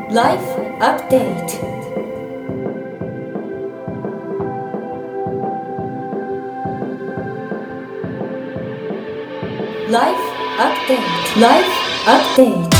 Life Update Life Update Life Update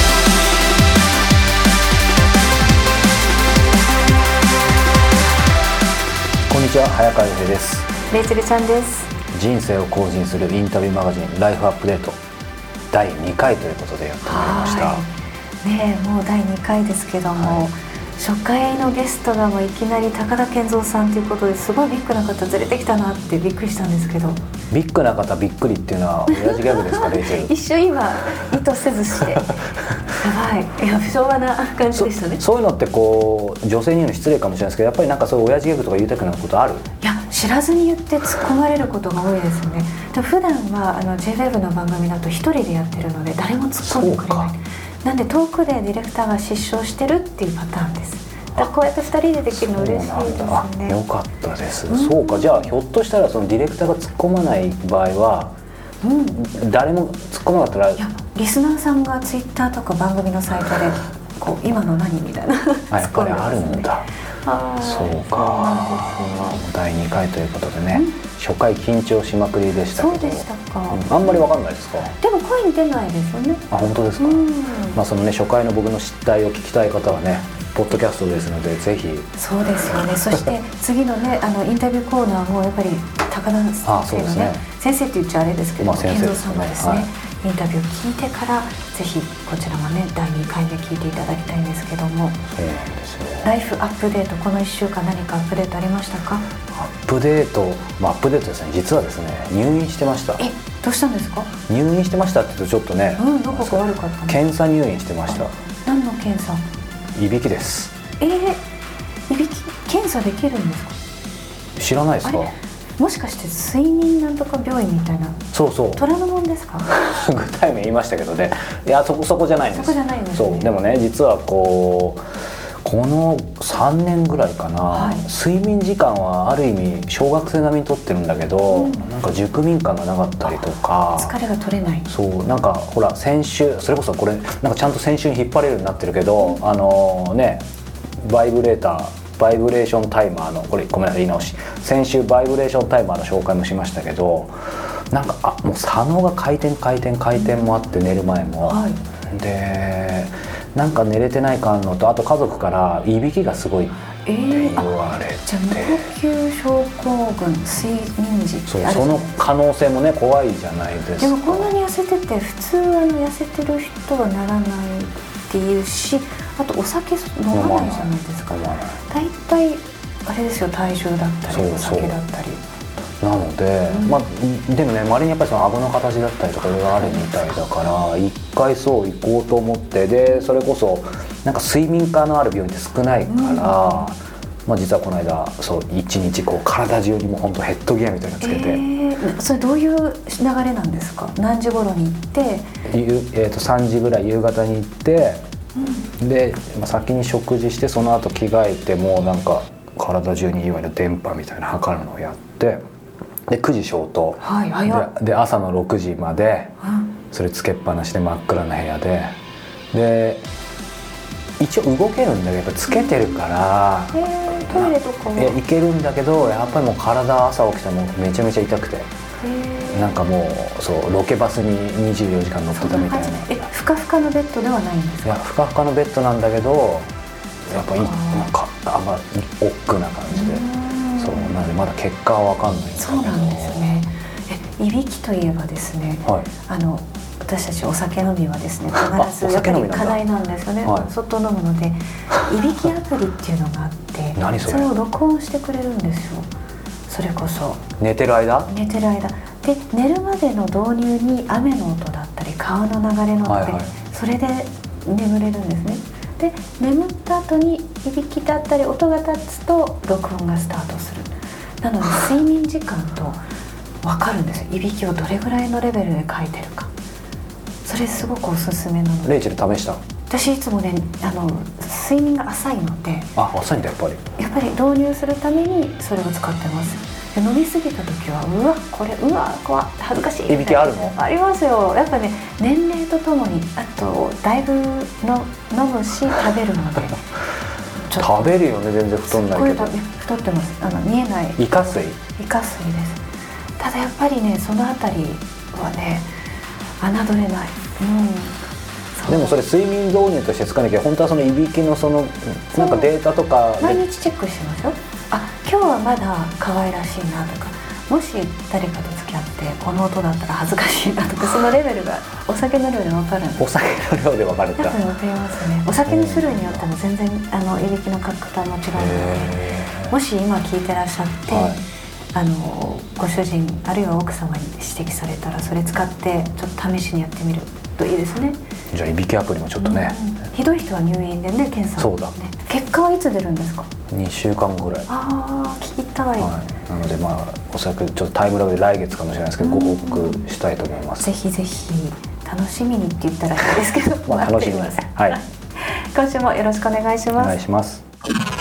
こんにちは、早川洋平です。 レイチェルちゃんです。 人生を向上するインタビューマガジンライフアップデート第2回ということでやってまいりました。 ねえ、もう第2回ですけども、初回のゲストがもういきなり高田健三さんということですごいビッグな方連れてきたなってびっくりしたんですけど。 ビッグな方びっくりっていうのは親父ギャグですかレイチェル。 一瞬今意図せずしてやばい、いや昭和な感じでしたね。 そういうのってこう女性に言うの失礼かもしれないですけど、やっぱりなんかそういう親父ギャグとか言いたくなることある？ いや、知らずに言って突っ込まれることが多いですね。で普段はJWEB の番組だと一人でやってるので誰も突っ込んでくれない。なんで遠くでディレクターが失笑してるっていうパターンです。だからこうやって2人でできるの嬉しいですね。 よかったです、そうか。じゃあひょっとしたらそのディレクターが突っ込まない場合は、誰も突っ込まなかったら、 いやリスナーさんがツイッターとか番組のサイトでこう今の何みたいなやっぱりあるんだ。そうか。第2回ということでね、初回緊張しまくりでしたけど。 そうでしたか。 あんまり分かんないですか？ でも声に出ないですよね。 あ、本当ですか。そのね、初回の僕の失態を聞きたい方はね、ポッドキャストですのでぜひ。そうですよね。そして次のね、インタビューコーナーもやっぱり高田先生のね、先生って言っちゃあれですけど、健三さんのですね、インタビュー聞いてからぜひこちらもね第2回目聞いていただきたいんですけども。 そうなんですよ。 ライフアップデート、この1週間何かアップデートありましたか？ アップデート、アップデートですね。実はですね、入院してました。 どうしたんですか？ 入院してましたって言うとちょっとね、 どこか悪かったの？ 検査入院してました。 何の検査？ いびきです。 いびき検査できるんですか？ 知らないですか？ もしかして睡眠なんとか病院みたいな。 そうそう、 虎ノ門ですか？ 具体名言いましたけどね。いや、そこじゃないんです。 そこじゃないんですね。 そう、でもね、実はこの3年ぐらいかな、睡眠時間はある意味小学生並みにとってるんだけど、なんか熟眠感がなかったりとか、 疲れが取れない。 そう、なんかほら先週、それこそこれなんかちゃんと先週に引っ張れるようになってるけど、バイブレーションタイマーの、これごめんなさい、言い直し。先週バイブレーションタイマーの紹介もしましたけど、なんかもう左脳が回転もあって、寝る前も、でなんか寝れてない感のと、あと家族からいびきがすごいって言われて、 じゃあ無呼吸症候群、睡眠時ってある。 その可能性もね怖いじゃないですか。 でもこんなに痩せてて普通痩せてる人はならないっていうし、あとお酒飲まないじゃないですか。大体あれですよ、体重だったりお酒だったりなので、でもね、周りにやっぱりその顎の形だったりとかいろいろあるみたいだから、一回そう行こうと思って、でそれこそなんか睡眠科のある病院って少ないから、実はこの間そう一日こう体中にも本当ヘッドギアみたいなのつけて、 それどういう流れなんですか？何時頃に行って、 3時ぐらい夕方に行って、で、先に食事してその後着替えて、もうなんか体中にいわゆる電波みたいな測るのをやって、で9時消灯、で朝の6時までそれつけっぱなしで真っ暗な部屋で一応動けるんだけど、やっぱつけてるから、 トイレとか行けるんだけど、やっぱりもう体朝起きてもめちゃめちゃ痛くて、なんかもうそうロケバスに24時間乗ってたみたいな。 ふかふかのベッドではないんですか？ いや、ふかふかのベッドなんだけど、やっぱあんま億劫な感じで、そうなのでまだ結果は分かんないんだけど。 そうなんですね。いびきといえばですね、私たちお酒飲みはですね、必ずやっぱり課題なんですよね。そっと飲むので、いびきアプリっていうのがあって、それを録音してくれるんですよ。それこそ寝てる間で、寝るまでの導入に雨の音だったり川の流れの音で、それで眠れるんですね。で眠った後にいびきだったり音が立つと録音がスタートする。なので睡眠時間と分かるんですよ。いびきをどれぐらいのレベルで書いてるか。それすごくおすすめなので。 レイチェル試した？ 私いつもね、睡眠が浅いので。 浅いんだ。やっぱり導入するためにそれを使ってます。 で飲み過ぎた時はうわこれうわ怖い恥ずかしいみたいな。 いびきあるの？ ありますよ。やっぱね年齢とともにあとだいぶの飲むし食べるのでちょっと食べるよね全然太んないけど。 太ってます。見えないイカ水？ イカ水です。ただやっぱりねそのあたりはね侮れない。 でもそれ睡眠導入として使わなきゃ本当はそのいびきのそのなんかデータとか毎日チェックしてますよ。今日はまだ可愛らしいなとか、もし誰かと付き合ってこの音だったら恥ずかしいなとか、そのレベルがお酒の量で分かるんです。 お酒の量で分かるんだ。 多分分かりますね。お酒の種類によっても全然いびきのかけ方も違うので、もし今聞いてらっしゃって、ご主人あるいは奥様に指摘されたらそれ使ってちょっと試しにやってみるといいですね。 じゃあいびきアプリもちょっとね、 ひどい人は入院でね検査をね。結果はいつ出るんですか ？2週間ぐらい。 聞きたい。 なのでおそらくちょっとタイムラグで来月かもしれないですけどご報告したいと思います。 ぜひぜひ楽しみにって言ったらいいですけど楽しみです。はい。 今週もよろしくお願いします。 お願いします。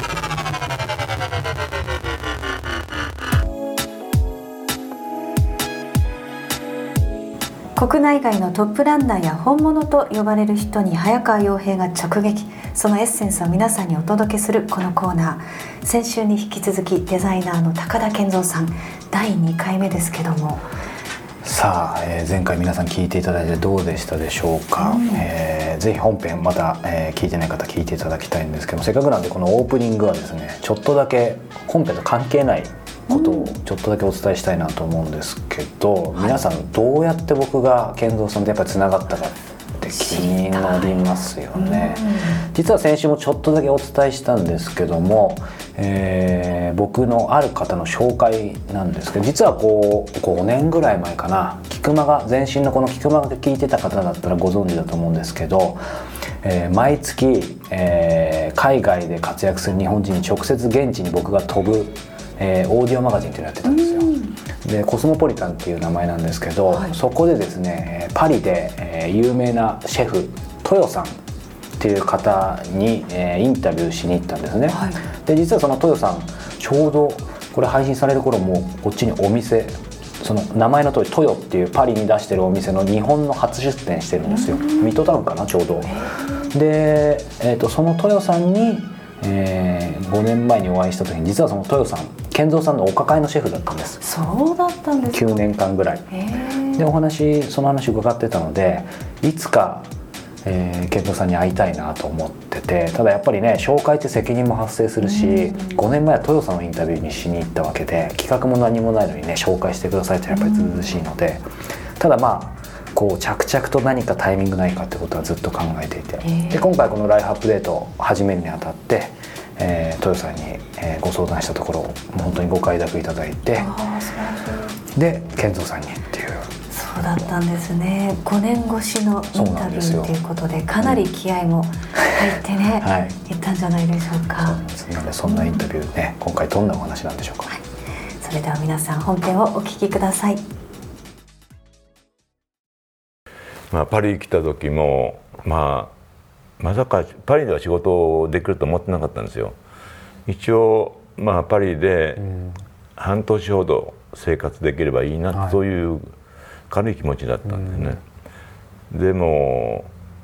国内外のトップランナーや本物と呼ばれる人に早川洋平が直撃、そのエッセンスを皆さんにお届けするこのコーナー。先週に引き続きデザイナーの高田健三さん第2回目ですけども、 さあ、前回皆さん聞いていただいてどうでしたでしょうか。ぜひ本編また、聞いてない方聞いていただきたいんですけども、せっかくなんでこのオープニングはですねちょっとだけ本編と関係ないことをちょっとだけお伝えしたいなと思うんですけど、皆さんどうやって僕が健三さんとやっぱりつながったかって気になりますよね。実は先週もちょっとだけお伝えしたんですけども、僕のある方の紹介なんですけど、実は5年ぐらい前かな、菊間が前身のこの菊間が聞いてた方だったらご存知だと思うんですけど、毎月、海外で活躍する日本人に直接現地に僕が飛ぶオーディオマガジンっていうのをやってたんですよ。でコスモポリタンっていう名前なんですけど、そこでですねパリで、有名なシェフ豊さんっていう方に、インタビューしに行ったんですね。で実はその豊さんちょうどこれ配信される頃もこっちにお店、その名前の通り豊っていうパリに出してるお店の日本の初出店してるんですよ。ミッドタウンかなちょうど。で、その豊さんに5年前にお会いした時に、実はその豊さん健三さんのお抱えのシェフだったんです。 そうだったんですか。 9年間ぐらいでその話伺ってたので、いつか、健三さんに会いたいなと思ってて、ただやっぱりね紹介って責任も発生するし、5年前は豊さんのインタビューにしに行ったわけで企画も何もないのにね紹介してくださいってやっぱりずうずうしいので、ただこう着々と何かタイミングないかってことはずっと考えていて、で今回このライフアップデートを始めるにあたって、豊さんに、ご相談したところ本当にご快諾いただいて、で健三さんにっていう。 そうだったんですね。5年越しのインタビューということでかなり気合も入ってね、いったんじゃないでしょうか。 なのでそんなインタビューね、今回どんなお話なんでしょうか。 それでは皆さん本編をお聞きください。 パリ来た時もまさかパリでは仕事できると思ってなかったんですよ。一応パリで半年ほど生活できればいいな、そういう軽い気持ちだったんですね。でも、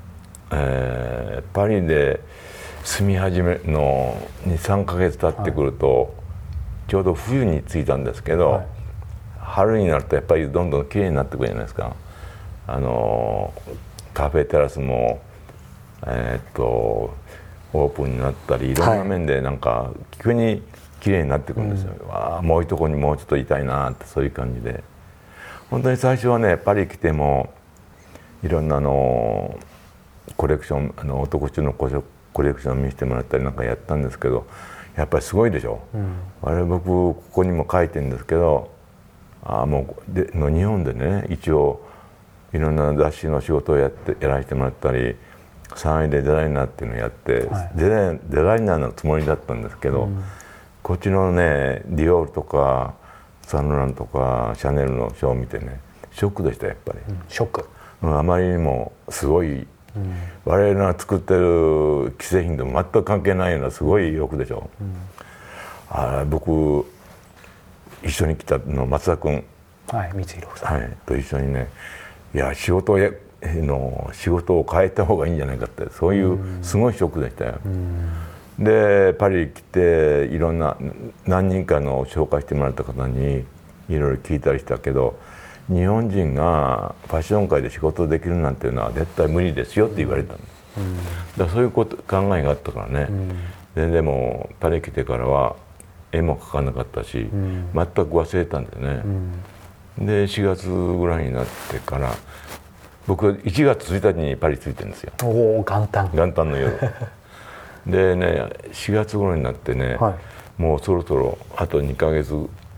パリで住み始めの 2,3 ヶ月経ってくると、ちょうど冬に着いたんですけど、春になるとやっぱりどんどん綺麗になってくるじゃないですか。カフェテラスもオープンになったり、いろんな面でなんか急に綺麗になってくるんですよ。もういいとこにもうちょっといたいなって、そういう感じで。本当に最初はねパリ来てもいろんなコレクション男衆のコレクションを見せてもらったりなんかやったんですけど、やっぱりすごいでしょ。僕ここにも書いてるんですけど、日本でね一応いろんな雑誌の仕事をやらせてもらったり、3位でデザイナーっていうのをやって、デザイナーのつもりだったんですけど、こっちのねディオールとかサンローランとかシャネルのショーを見てねショックでした。やっぱりショック。 あまりにもすごい、我々が作ってる既製品とも全く関係ないようなすごい洋服でしょ。僕一緒に来たの松田君、 はい、光弘さん、 はい、と一緒にね、いや仕事を変えた方がいいんじゃないかって、そういうすごいショックでしたよ。でパリ来ていろんな何人かの紹介してもらった方にいろいろ聞いたりしたけど、日本人がファッション界で仕事できるなんていうのは絶対無理ですよって言われたんです。だからそういう考えがあったからね、でもパリ来てからは絵も描かなかったし、全く忘れたんですね。で4月ぐらいになってから僕1月1日にパリ着いてるんですよ。 おお、元旦の夜でね、4月頃になってね、はい、もうそろそろあと2ヶ月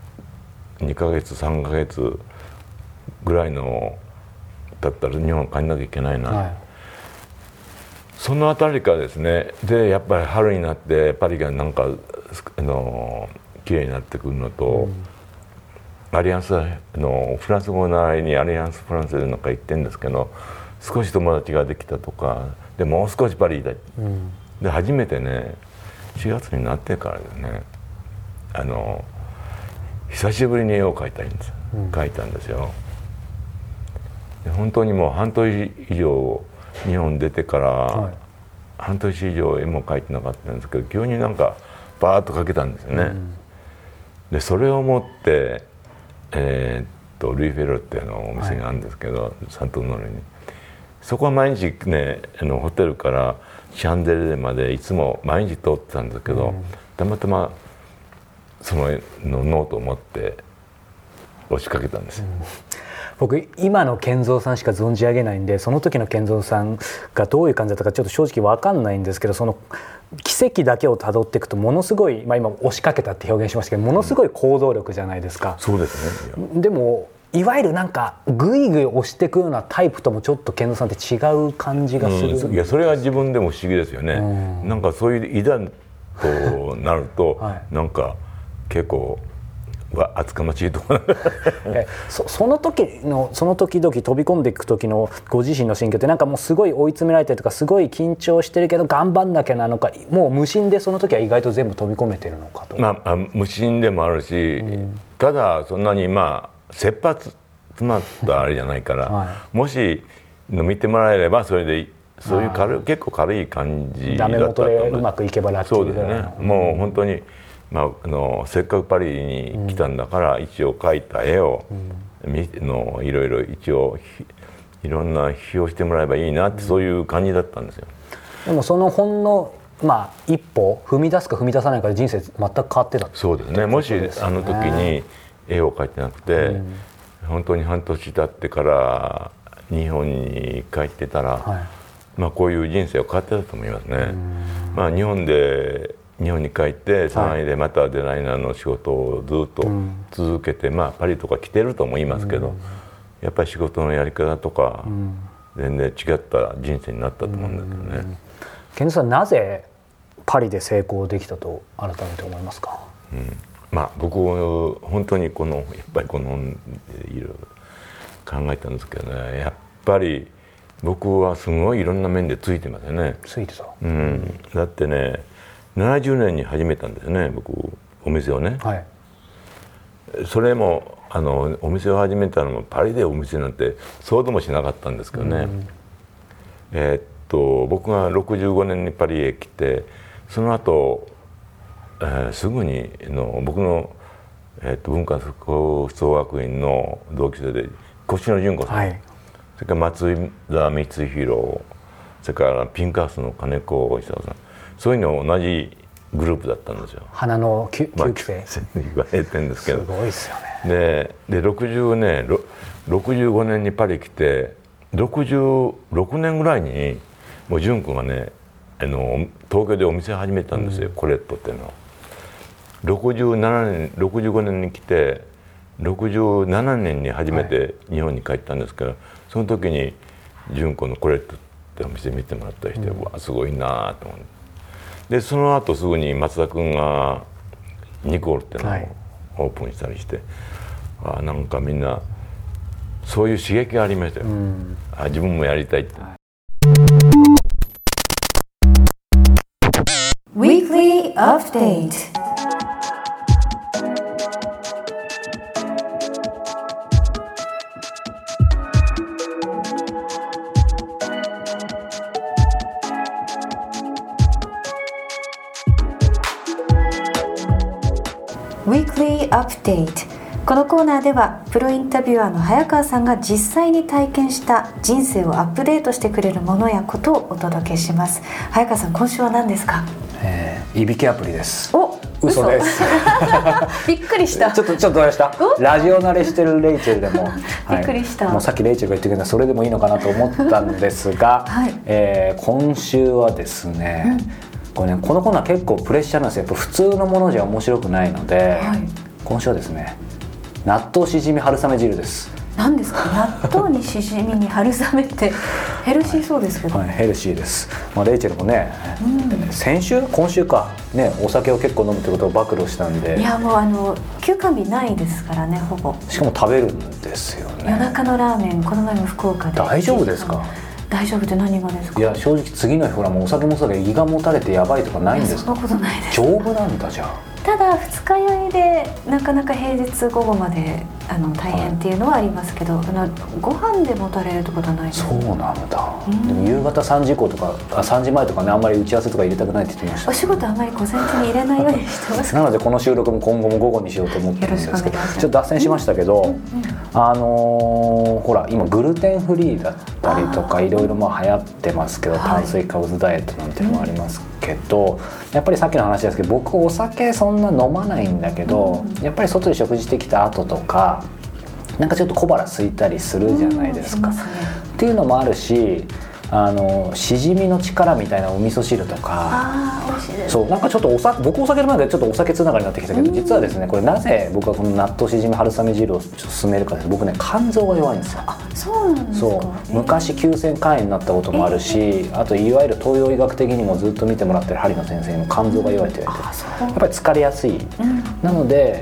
3ヶ月ぐらいのだったら日本帰んなきゃいけないな、はい、そのあたりからですね。でやっぱり春になってパリがなんか綺麗になってくるのと、アリアンスのフランス語の習いにアリアンスフランスでなんか行ってるんですけど、少し友達ができたとかでもう少しパリいたい、で初めてね4月になってからですね、久しぶりに絵を描いたんですよ。で本当にもう半年以上日本出てから、はい、半年以上絵も描いてなかったんですけど、急になんかバーッと描けたんですよね。でそれを持ってルイ・フェロっていうお店があるんですけど、はい、サントノーレにそこは毎日ねホテルからシャンデリゼまでいつも毎日通ってたんですけど、たまたまそのノートを持って押しかけたんですよ。 僕今の健三さんしか存じ上げないんで、その時の健三さんがどういう感じだったかちょっと正直分かんないんですけど、その奇跡だけをたどっていくとものすごい、今押しかけたって表現しましたけど、ものすごい行動力じゃないですか。 そうですね。 でもいわゆるなんかグイグイ押していくようなタイプともちょっと健三さんって違う感じがする、 いやそれは自分でも不思議ですよね。なんかそういういざとなると、はい、なんか結構厚かましいところその時々飛び込んでいく時のご自身の心境って、なんかもうすごい追い詰められてるとか、すごい緊張してるけど頑張んなきゃなのか、もう無心でその時は意外と全部飛び込めてるのかと。 無心でもあるし、ただそんなに切羽詰まったあれじゃないから、はい、もし見てもらえればそれでそういう結構軽い感じだったと思う。ダメ元でうまくいけばラッキーみたいな。そうですね。もう本当にせっかくパリに来たんだから、一応描いた絵を、いろいろ一応いろんな批評してもらえばいいなって、そういう感じだったんですよ。 でもそのほんの一歩踏み出すか踏み出さないかで人生全く変わってた。 そうですね。もしあの時に絵を描いてなくて、本当に半年経ってから日本に帰ってたら、はい、こういう人生を変わってたと思いますね。日本に帰って3位でまたデザイナーの仕事をずっと続けて、パリとか来てると思いますけど、やっぱり仕事のやり方とか全然違った人生になったと思うんだけどね。 健三さん、なぜパリで成功できたと改めて思いますか？ 僕本当にやっぱりいろいろ考えたんですけどね、やっぱり僕はすごいいろんな面でついてますよね。 ついてた。 だってね、70年に始めたんですね、僕お店をね。はい、それもお店を始めたのもパリでお店なんてそうともしなかったんですけどね。僕が65年にパリへ来て、その後、すぐに僕の、文化創学院の同級生で越野純子さん、はい、それから松田光弘、それからピンクハウスの金子久夫さん、そういうの同じグループだったんですよ。 花の9期生言われてるんですけど、 すごいですよね。 で65年にパリ来て、66年ぐらいにもう純子がね東京でお店を始めたんですよ、コレットっていうのを。65年に来て67年に初めて日本に帰ったんですけど、その時に純子のコレットってお店見てもらったりして、わあすごいなと思って。でその後すぐに松田君がニコールっていうのをオープンしたりして、なんかみんなそういう刺激がありましたよ。自分もやりたいって。 Weekly Update。 アップデート。このコーナーではプロインタビュアーの早川さんが実際に体験した人生をアップデートしてくれるものやことをお届けします。早川さん、今週は何ですか？ いびきアプリです。 お、 嘘ですびっくりした。 ちょっとどうでした？ラジオ慣れしてるレイチェルでもびっくりした、 もうさっきレイチェルが言ってくれたそれでもいいのかなと思ったんですが、今週はですね、これね、このコーナー結構プレッシャーなんですよ。やっぱ普通のものじゃ面白くないので、今週はですね、納豆しじみ春雨汁です。 何ですか？納豆にしじみに春雨ってヘルシーそうですけど、 ヘルシーです。レイチェルもね、今週かね、お酒を結構飲むってことを暴露したんで、 いやもう休館日ないですからね、ほぼ。 しかも食べるんですよね。 夜中のラーメン、この前も福岡で。 大丈夫ですか？ 大丈夫って何がですか？ いや、正直次の日ほらもうお酒もそうだけど胃がもたれてやばいとかないんですか？ そんなことないです。 丈夫なんだ。じゃあただ二日酔いでなかなか平日午後まで大変っていうのはありますけど、ご飯でもたれるってことはないです。 そうなんだ。でも夕方3時以降とか3時前とかね、あんまり打ち合わせとか入れたくないって言ってました。 お仕事あんまり午前中に入れないようにしてますなのでこの収録も今後も午後にしようと思ってるんですけど、ちょっと脱線しましたけど、ほら今グルテンフリーだったりとかいろいろ流行ってますけど、炭水化物ダイエットなんていうのもありますけど、やっぱりさっきの話ですけど、僕お酒そんな飲まないんだけど、やっぱり外で食事してきた後とかなんかちょっと小腹空いたりするじゃないですか、っていうのもあるし、しじみの力みたいなお味噌汁とか、 美味しいです。 そう、なんかちょっと僕お酒飲まないでちょっとお酒つながりになってきたけど、実はですね、これなぜ僕はこの納豆しじみ春雨汁を勧めるかです。僕ね、肝臓が弱いんですよ。 そうなんですか？ そう、昔急性肝炎になったこともあるし、あといわゆる東洋医学的にもずっと見てもらってる針の先生にも肝臓が弱いって言われてる。やっぱり疲れやすい、なので、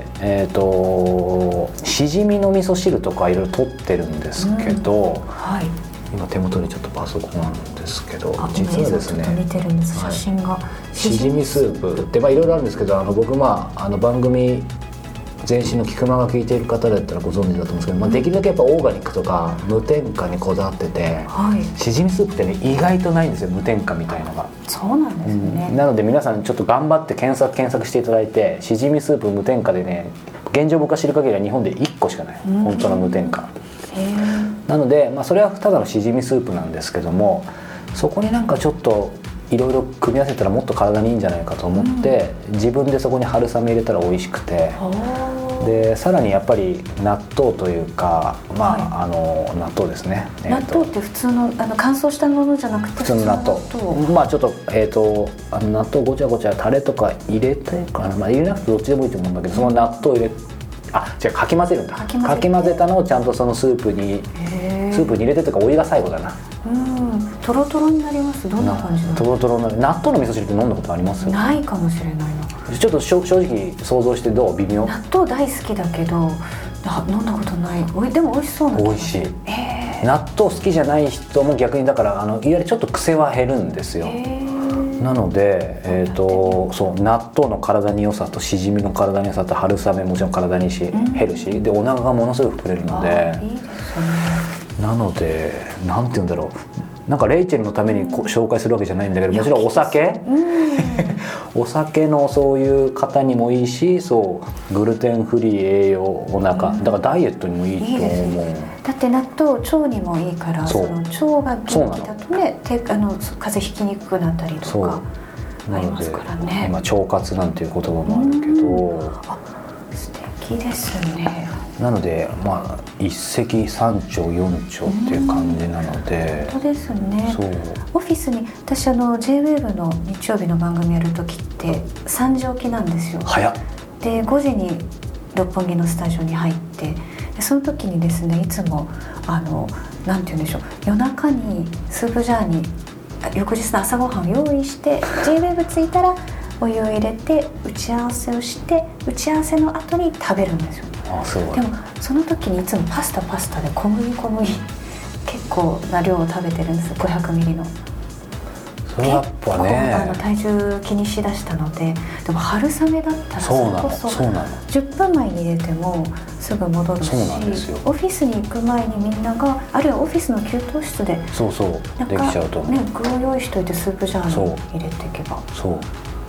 しじみの味噌汁とかいろいろ取ってるんですけど、今手元にちょっとパソコンあるんですけど、実はですね、 見てるんです、写真が。 しじみスープっていろいろあるんですけど、僕番組前身の菊間が聞いている方だったらご存知だと思うんですけど、できるだけやっぱオーガニックとか無添加にこだわってて、しじみスープってね、意外とないんですよ、無添加みたいのが。 そうなんですね、 なので皆さんちょっと頑張って検索していただいて、しじみスープ無添加でね、現状僕が知る限りは日本で1個しかない、本当の無添加。なので、それはただのしじみスープなんですけども、そこになんかちょっといろいろ組み合わせたらもっと体にいいんじゃないかと思って、自分でそこに春雨入れたら美味しくて、でさらにやっぱり納豆というか、納豆ですね。 納豆って普通の乾燥したものじゃなくて普通の納豆、ちょっと納豆ごちゃごちゃタレとか入れてかな、入れなくてどっちでもいいと思うんだけど、その納豆入れかき混ぜるんだ。かき混ぜたのをちゃんとそのスープに入れてとか、お湯が最後だな。 トロトロになります。どんな感じなの？ トロトロの納豆の味噌汁って飲んだことあります？ ないかもしれないな。 ちょっと正直想像してどう？微妙？ 納豆大好きだけど飲んだことない。でも美味しそうな。 美味しい。納豆好きじゃない人も逆にだからいわゆるちょっと癖は減るんですよ。なので、そう納豆の体に良さとしじみの体に良さと春雨もちろん体にいいし、ヘルシーでお腹がものすごく膨れるので、 いいですね。 なのでなんて言うんだろう、なんかレイチェルのために紹介するわけじゃないんだけど、もちろんお酒お酒のそういう方にもいいし、そうグルテンフリー栄養お腹、だからダイエットにもいいと思う。 だって納豆腸にもいいから、その腸が元気だとね、風邪ひきにくくなったりとかありますからね。 今腸活なんていう言葉もあるけど、 素敵ですね。 なので一石三鳥四鳥っていう感じなので、 本当ですね。オフィスに私J-WAVE の日曜日の番組やる時って3時起きなんですよ。 早っ。 で5時に六本木のスタジオに入って、でその時にですね、いつもなんて言うんでしょう、夜中にスープジャーに翌日の朝ごはんを用意して J-WAVE 着いたらお湯を入れて打ち合わせをして、打ち合わせの後に食べるんですよ。 すごい。 でもその時にいつもパスタで小麦結構な量を食べてるんです。500ミリの。 それやっぱね、 体重気にしだしたので。でも春雨だったらそれこそ10分前に入れてもすぐ戻るし、オフィスに行く前にみんなが、あるいはオフィスの給湯室でできちゃうとね、具を用意しといてスープジャーに入れていけば。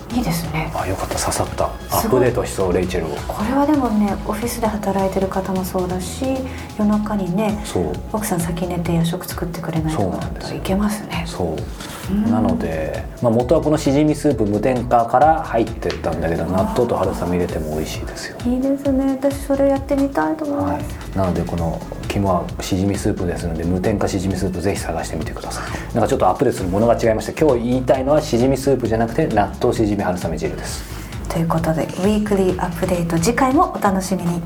いいですね。 よかった刺さった。アップデートしそうレイチェルを。 これはでもねオフィスで働いてる方もそうだし夜中にね奥さん先寝て夜食作ってくれないとかだったらいけますね。 そうなので、元はこのしじみスープ無添加から入ってったんだけど納豆と春雨入れても美味しいですよ。 いいですね。私それやってみたいと思います、 なのでこの肝はしじみスープですので無添加しじみスープぜひ探してみてください。なんかちょっとアップデートするものが違いました。今日言いたいのはしじみスープじゃなくて納豆しじみ春雨汁です。 ということでウィークリーアップデート次回もお楽しみに。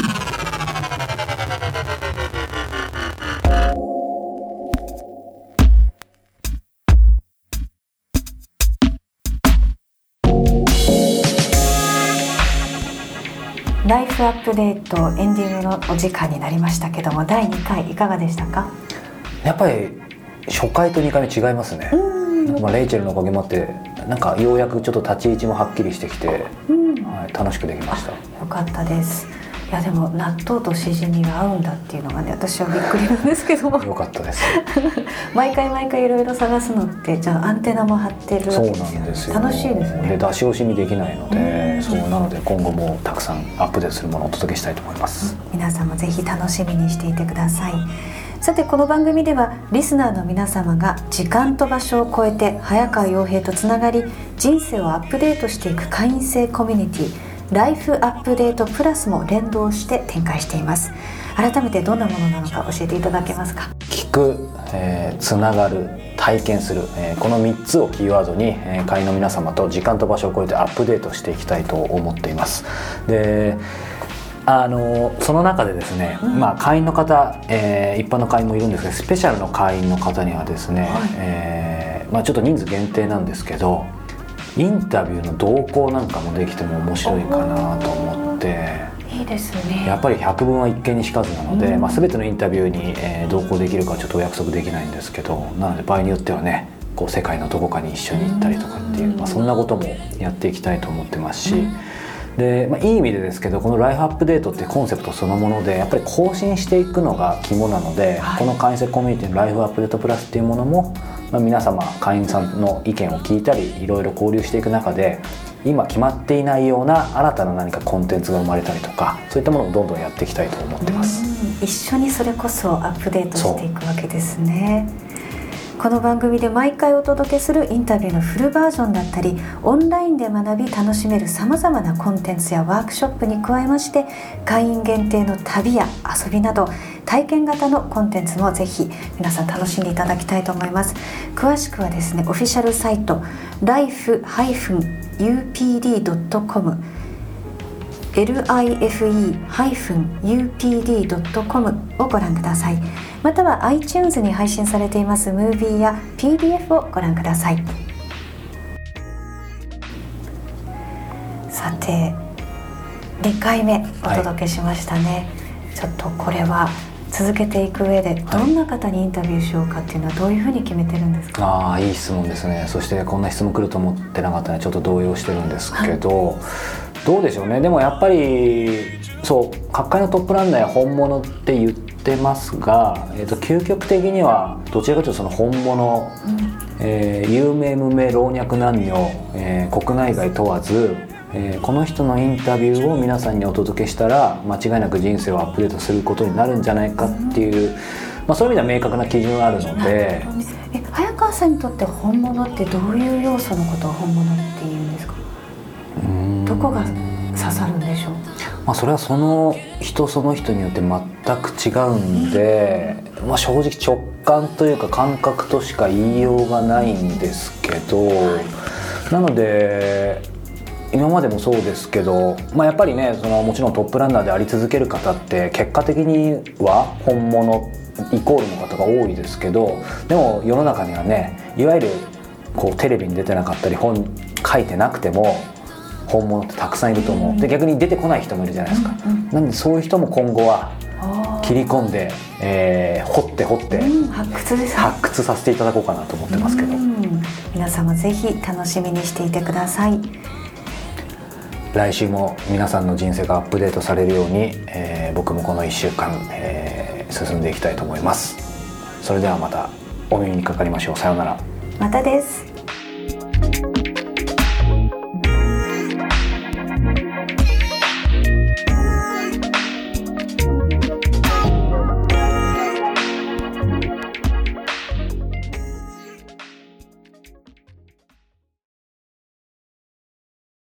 ライフアップデートエンディングのお時間になりましたけども第2回いかがでしたか？ やっぱり初回と2回目違いますね。レイチェルのおかげもあってなんかようやくちょっと立ち位置もはっきりしてきて、楽しくできました。 よかったです。いやでも納豆としじみが合うんだっていうのがね私はびっくりなんですけどもよかったです毎回いろいろ探すのってじゃあアンテナも張ってるわけですよね。 そうなんですよ。 楽しいですね。 で出し惜しみできないので、そうなので今後もたくさんアップデートするものをお届けしたいと思います。 皆さんもぜひ楽しみにしていてください。さてこの番組ではリスナーの皆様が時間と場所を超えて早川洋平とつながり人生をアップデートしていく会員制コミュニティライフアップデートプラスも連動して展開しています。改めてどんなものなのか教えていただけますか？ 聞く、つながる、体験する、この3つをキーワードに、会員の皆様と時間と場所を超えてアップデートしていきたいと思っています。でその中でですね、会員の方、一般の会員もいるんですけどスペシャルの会員の方にはですね、ちょっと人数限定なんですけどインタビューの動向なんかもできても面白いかなと思っていいですね。 やっぱり百聞は一見にしかずなので、全てのインタビューに、同行できるかはちょっとお約束できないんですけどなので場合によってはねこう世界のどこかに一緒に行ったりとかっていう、そんなこともやっていきたいと思ってますし、でいい意味でですけどこのライフアップデートっていうコンセプトそのものでやっぱり更新していくのが肝なので、この会員制コミュニティのライフアップデートプラスっていうものも、皆様会員さんの意見を聞いたりいろいろ交流していく中で今決まっていないような新たな何かコンテンツが生まれたりとかそういったものをどんどんやっていきたいと思ってます。 一緒にそれこそアップデートしていくわけですね。この番組で毎回お届けするインタビューのフルバージョンだったりオンラインで学び楽しめるさまざまなコンテンツやワークショップに加えまして会員限定の旅や遊びなど体験型のコンテンツもぜひ皆さん楽しんでいただきたいと思います。詳しくはですねオフィシャルサイト life-upd.com life-upd.com をご覧ください。または iTunes に配信されていますムービーや PDF をご覧ください。さて2回目お届けしましたね、ちょっとこれは続けていく上でどんな方にインタビューしようかっていうのはどういうふうに決めてるんですか？ いい質問ですね。そしてこんな質問来ると思ってなかったのでちょっと動揺してるんですけど、どうでしょうね。でもやっぱり各界のトップランナーや本物って言ってますが、究極的にはどちらかというとその本物、有名無名老若男女、国内外問わず、この人のインタビューを皆さんにお届けしたら間違いなく人生をアップデートすることになるんじゃないかっていう、そういう意味では明確な基準があるので。 早川さんにとって本物ってどういう要素のことを本物っていうんですか？どこが刺さるんでしょう？ それはその人その人によって全く違うんで、正直直感というか感覚としか言いようがないんですけど、なので今までもそうですけど、やっぱりねもちろんトップランナーであり続ける方って結果的には本物イコールの方が多いですけど、でも世の中にはねいわゆるテレビに出てなかったり本書いてなくても本物ってたくさんいると思う。で逆に出てこない人もいるじゃないですか、なのでそういう人も今後は切り込んで、掘って、 発掘ですね。 発掘させていただこうかなと思ってますけど、 皆さんもぜひ楽しみにしていてください。 来週も皆さんの人生がアップデートされるように、僕もこの1週間、進んでいきたいと思います。それではまたお耳にかかりましょう。さようなら。 またです。